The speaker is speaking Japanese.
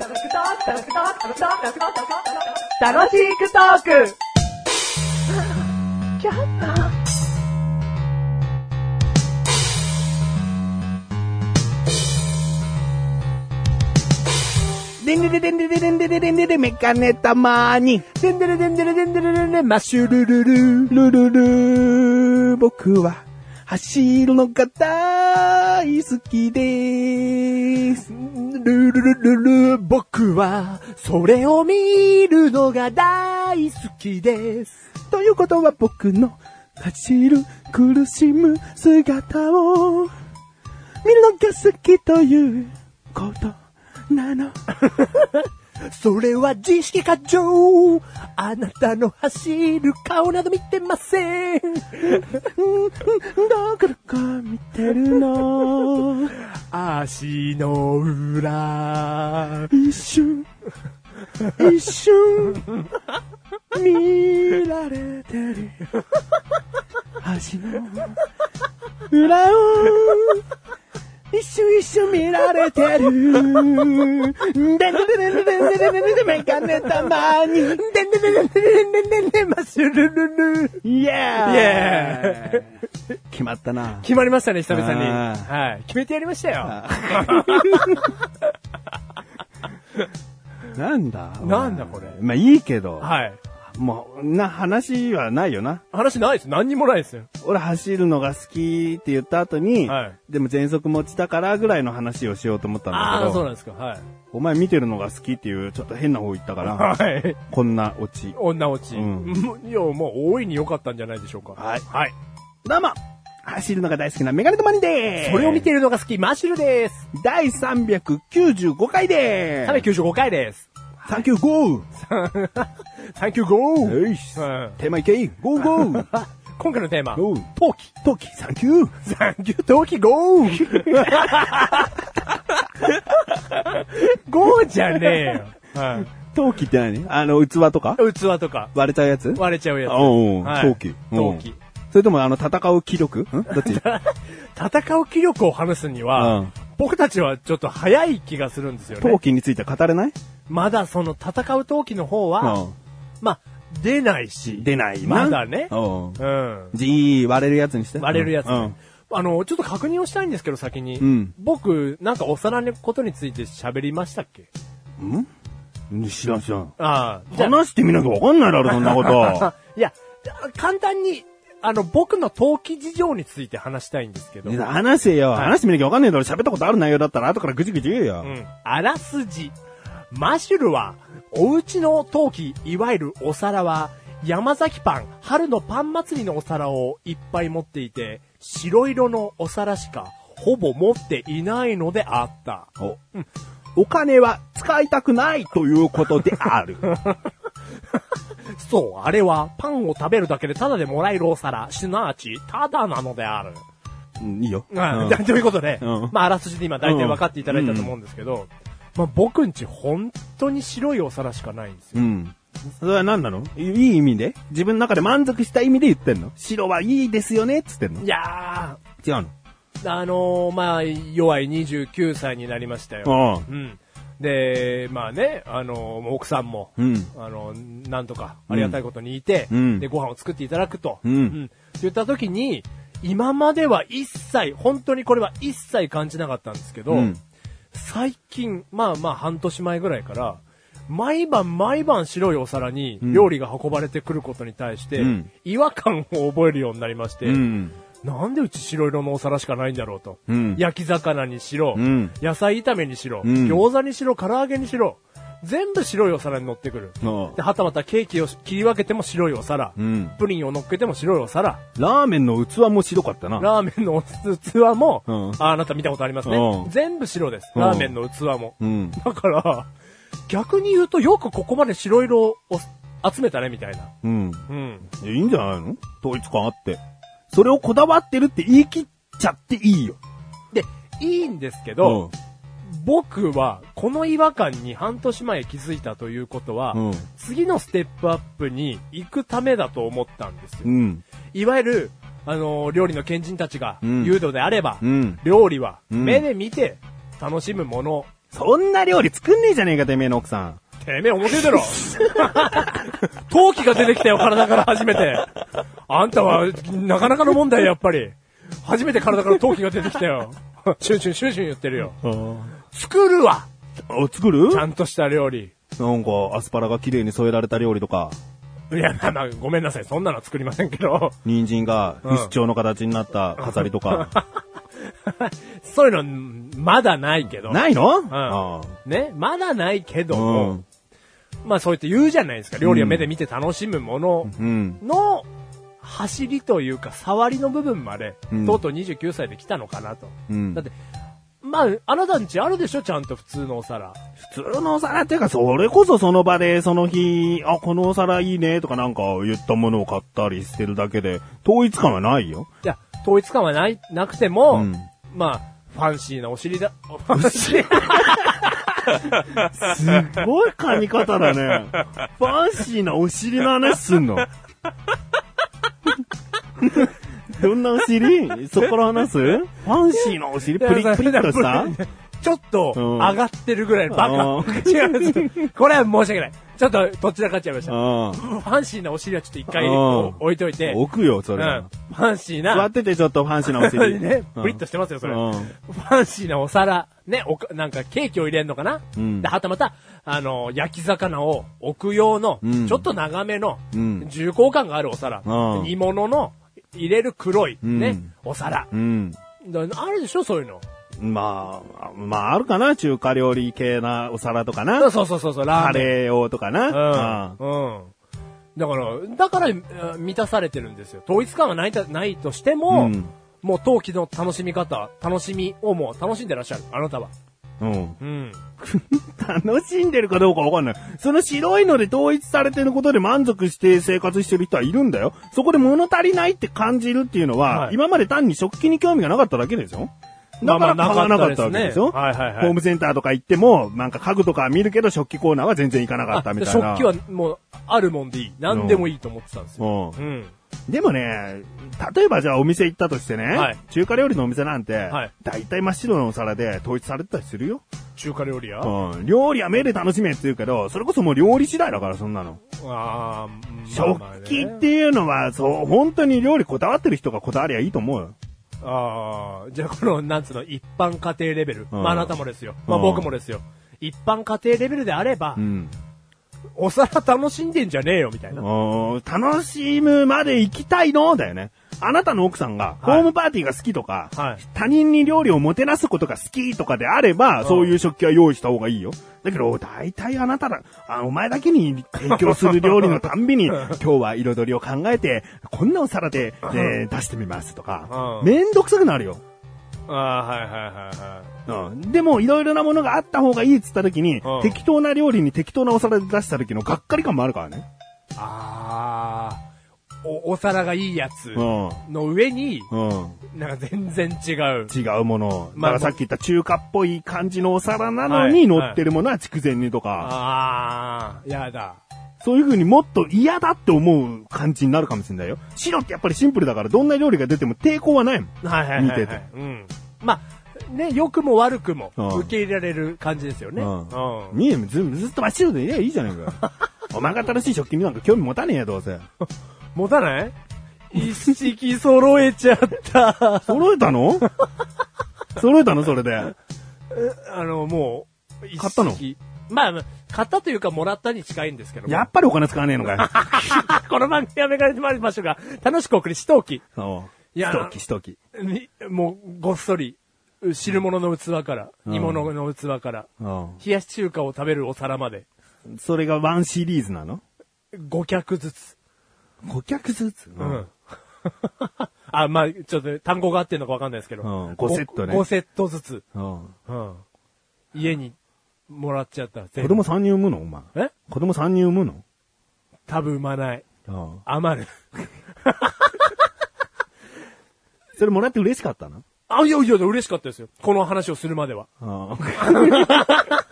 楽しくトークでんでれでんでれでんでれでんでれメガネたまーに。 でんでれでんでれでんでれでんでれマッシュルルルルルル僕は走るのが大好きです。 ルルルルル僕はそれを見るのが大好きです。 ということは僕の走る苦しむ姿を見るのが好きということなの。 それは自意識過剰。あなたの走る顔など見てません。 どこどこ見てるの。 足の裏。 一瞬見られてる。足の裏を一瞬見られてる。でんでんでんでんでんでんでんでんメガネたまに。でんでんでんでんでんでんでんでんマッシュルルル。イエーイ。決まったな。 決まりましたね、久々に。はい。決めてやりましたよ。 なんだこれ。 まあいいけど。 はい。 もう、話はないよな。 話ないです。何にもないですよ。 俺走るのが好きって言った後に、 はい、 でも全速持ちだからぐらいの話をしようと思ったんだけど。 ああ、そうなんですか。はい。 お前見てるのが好きっていうちょっと変な方言ったから、 はい。 こんなオチ。 女オチ。いや、もう大いに良かったんじゃないでしょうか。 はい。 はい。 どうも走るのが大好きなメガネとマニでーす。 それを見ているのが好き、マッシュルです。 第395回でーす。 395回です。 サンキューゴーサンキューゴー。 よいし。テーマいけいゴーゴー。 今回のテーマ。 陶器、サンキュー。 サンキュー、陶器ゴー。ゴーじゃねえよ。 陶器って何？器とか？ 器とか。 割れちゃうやつ？ 割れちゃうやつ。 陶器。それとも戦う気力？どっち？ 戦う気力を話すには、僕たちはちょっと早い気がするんですよね。 陶器について語れない？ まだその戦う陶器の方は、まあ、出ないし。 出ないな。 まだね。 割れるやつにして。 割れるやつ。ちょっと確認をしたいんですけど、先に。僕、なんかお皿のことについて喋りましたっけ？ 知らん。 ああ。 話してみなきゃわかんないだろ、そんなこと。 いや、簡単に、僕の陶器事情について話したいんですけど。 話せよ。話してみなきゃわかんないだろ。喋ったことある内容だったら後からぐちぐち言えよ。 あらすじ。マッシュルは、お家の陶器、いわゆるお皿は、山崎パン、春のパン祭りのお皿をいっぱい持っていて、白色のお皿しかほぼ持っていないのであった。 お金は使いたくないということである。 そう、あれはパンを食べるだけでタダでもらえるお皿、すなわちタダなのである。 いいよ。 ということで、まああらすじで今大体分かっていただいたと思うんですけど、まあ僕んち本当に白いお皿しかないんですよ。 それは何なの？いい意味で？自分の中で満足した意味で言ってんの？白はいいですよねっつってんの？ いやー。違うの？ まあ、弱い29歳になりましたよ。で、まあね、奥さんも、なんとかありがたいことにいて、で、ご飯を作っていただくと、言った時に、今までは本当にこれは一切感じなかったんですけど、最近、まあ半年前ぐらいから、毎晩白いお皿に料理が運ばれてくることに対して、違和感を覚えるようになりまして、なんでうち白色のお皿しかないんだろうと。焼き魚にしろ、野菜炒めにしろ、餃子にしろ、唐揚げにしろ、全部白いお皿に乗ってくる。で、はたまたケーキを切り分けても白いお皿、プリンを乗っけても白いお皿。 ラーメンの器も白かったな。 ラーメンの器も、あなた見たことありますね。全部白です。ラーメンの器も。だから、逆に言うとよくここまで白色を集めたねみたいな。 いいんじゃないの？統一感あって。それをこだわってるって言い切っちゃっていいよ。 で、いいんですけど、僕はこの違和感に半年前気づいたということは、次のステップアップに行くためだと思ったんですよ。いわゆる、料理の賢人たちが言うのであれば、料理は目で見て楽しむもの、 そんな料理作んねえじゃねえか、てめえの奥さん。 てめえ表だろ。陶器が出てきたよ、体から初めて。あんたは、なかなかの問題、やっぱり。初めて体から陶器が出てきたよ。シュンシュンシュンシュン言ってるよ。作るわ。 作る？ ちゃんとした料理。 なんか、アスパラが綺麗に添えられた料理とか。 いや、まあ、ごめんなさい。そんなの作りませんけど。 人参が、不死鳥の形になった飾りとか。 そういうの、まだないけど。 ないの？ ね、まだないけども、まあそうやって言うじゃないですか。料理を目で見て楽しむものの走りというか、触りの部分まで、とうとう29歳で来たのかなと。だって、まあ、あなたんちあるでしょちゃんと普通のお皿。 普通のお皿っていうか、それこそその場で、その日、あ、このお皿いいねとかなんか言ったものを買ったりしてるだけで、統一感はないよ。 いや、統一感はなくても、まあ、ファンシーなお尻だ。ファンシーすごい噛み方だね。ファンシーなお尻の話すんの。どんなお尻？そこから話す？ファンシーなお尻？プリップリッとしたちょっと上がってるぐらいのバカ。違う。これは申し訳ない。ちょっとどちらかっちゃいました。ファンシーなお尻はちょっと一回置いといて。 置くよ、それ。 ファンシーな。 座っててちょっとファンシーなお尻。 ね、プリッとしてますよ、それ。ファンシーなお皿。ね、なんかケーキを入れるのかなで、はたまた、焼き魚を置く用の、ちょっと長めの、重厚感があるお皿。煮物の入れる黒い、ね、お皿。あるでしょ、そういうの。 まあ、あるかな中華料理系なお皿とかな。 そう、 カレー用とかな。 だから満たされてるんですよ。統一感がないとしても、もう陶器の楽しみ方、楽しみをもう楽しんでらっしゃる。あなたは。 楽しんでるかどうかわかんない。その白いので統一されてることで満足して生活してる人はいるんだよ。そこで物足りないって感じるっていうのは、今まで単に食器に興味がなかっただけでしょ。だから買わなかったわけでしょ。ホームセンターとか行っても、なんか家具とか見るけど食器コーナーは全然行かなかったみたいな。 食器はもう、あるもんでいい。何でもいいと思ってたんですよ。 でもね、例えばじゃあお店行ったとしてね、中華料理のお店なんて、だいたい真っ白のお皿で統一されてたりするよ。 中華料理や料理は目で楽しめって言うけど、それこそもう料理次第だからそんなの。食器っていうのは、そう、本当に料理こだわってる人がこだわりゃいいと思うよ。 じゃあこの、なんつうの、一般家庭レベル。あなたもですよ。僕もですよ。一般家庭レベルであれば、お皿楽しんでんじゃねえよ、みたいな。 楽しむまで行きたいのだよね。あなたの奥さんが、ホームパーティーが好きとか、他人に料理をもてなすことが好きとかであれば、そういう食器は用意した方がいいよ。だけど、大体あなたお前だけに提供する料理のたんびに、今日は彩りを考えて、こんなお皿で、出してみますとか、めんどくさくなるよ。でも、いろいろなものがあった方がいいって言った時に、適当な料理に適当なお皿で出した時のがっかり感もあるからね。 お皿がいいやつの上に、なんか全然違うもの。だからさっき言った中華っぽい感じのお皿なのに乗ってるものは筑前煮とか。 やだ。 そういう風にもっと嫌だって思う感じになるかもしれないよ。白ってやっぱりシンプルだからどんな料理が出ても抵抗はないもん。見てて。 まあ、ね、良くも悪くも受け入れられる感じですよね。 ずっと真っ白でいやいいじゃないか。お前が新しい食器になんか興味持たねえよ、どうせ。 持たない？一式揃えちゃった。 揃えたのそれで。 もう、 買ったの？ まあ、買ったというかもらったに近いんですけど。 やっぱりお金使わねえのかよ。 この番組やめられてまいりましょうが、楽しく送り、四陶器。 四陶器。 もう、ごっそり、汁物の器から、煮物の器から、冷やし中華を食べるお皿まで。 それがワンシリーズなの ？5脚ずつ。 5脚ずつ？ まあ、ちょっと単語が合ってるのかわかんないですけど。 5セットね。 5セットずつ。家にもらっちゃった。 子供3人産むのお前。子供3人産むの？ 多分産まない。余る。 それもらって嬉しかったの？ いや、嬉しかったですよ。この話をするまでは。